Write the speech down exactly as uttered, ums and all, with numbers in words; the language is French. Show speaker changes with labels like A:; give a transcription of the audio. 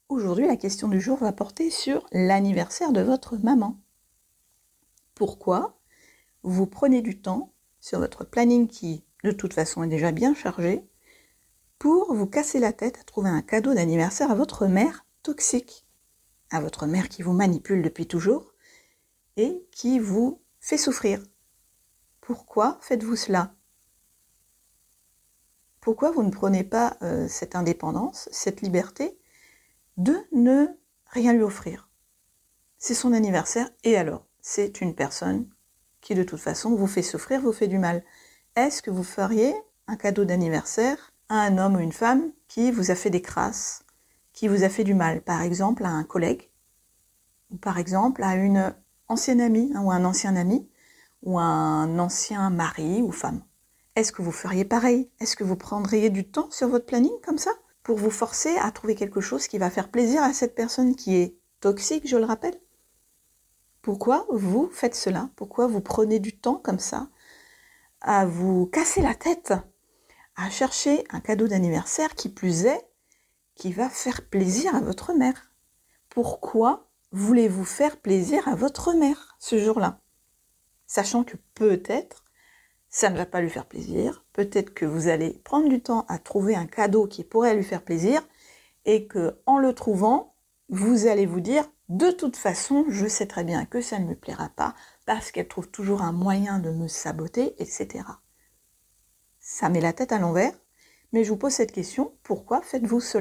A: Aujourd'hui, la question du jour va porter sur l'anniversaire de votre maman. Pourquoi vous prenez du temps sur votre planning qui, de toute façon, est déjà bien chargé, pour vous casser la tête à trouver un cadeau d'anniversaire à votre mère toxique, à votre mère qui vous manipule depuis toujours et qui vous fait souffrir. Pourquoi faites-vous cela ? Pourquoi vous ne prenez pas euh, cette indépendance, cette liberté de ne rien lui offrir ? C'est son anniversaire et alors ? C'est une personne qui de toute façon vous fait souffrir, vous fait du mal. Est-ce que vous feriez un cadeau d'anniversaire à un homme ou une femme qui vous a fait des crasses, qui vous a fait du mal, par exemple à un collègue, ou par exemple à une ancienne amie, hein, ou un ancien ami, ou un ancien mari ou femme? Est-ce que vous feriez pareil ? Est-ce que vous prendriez du temps sur votre planning comme ça pour vous forcer à trouver quelque chose qui va faire plaisir à cette personne qui est toxique, je le rappelle ? Pourquoi vous faites cela ? Pourquoi vous prenez du temps comme ça à vous casser la tête, à chercher un cadeau d'anniversaire qui plus est, qui va faire plaisir à votre mère ? Pourquoi voulez-vous faire plaisir à votre mère ce jour-là ? Sachant que peut-être, ça ne va pas lui faire plaisir, peut-être que vous allez prendre du temps à trouver un cadeau qui pourrait lui faire plaisir et que, en le trouvant, vous allez vous dire « de toute façon, je sais très bien que ça ne me plaira pas parce qu'elle trouve toujours un moyen de me saboter, et cetera » Ça met la tête à l'envers, mais je vous pose cette question, pourquoi faites-vous cela ?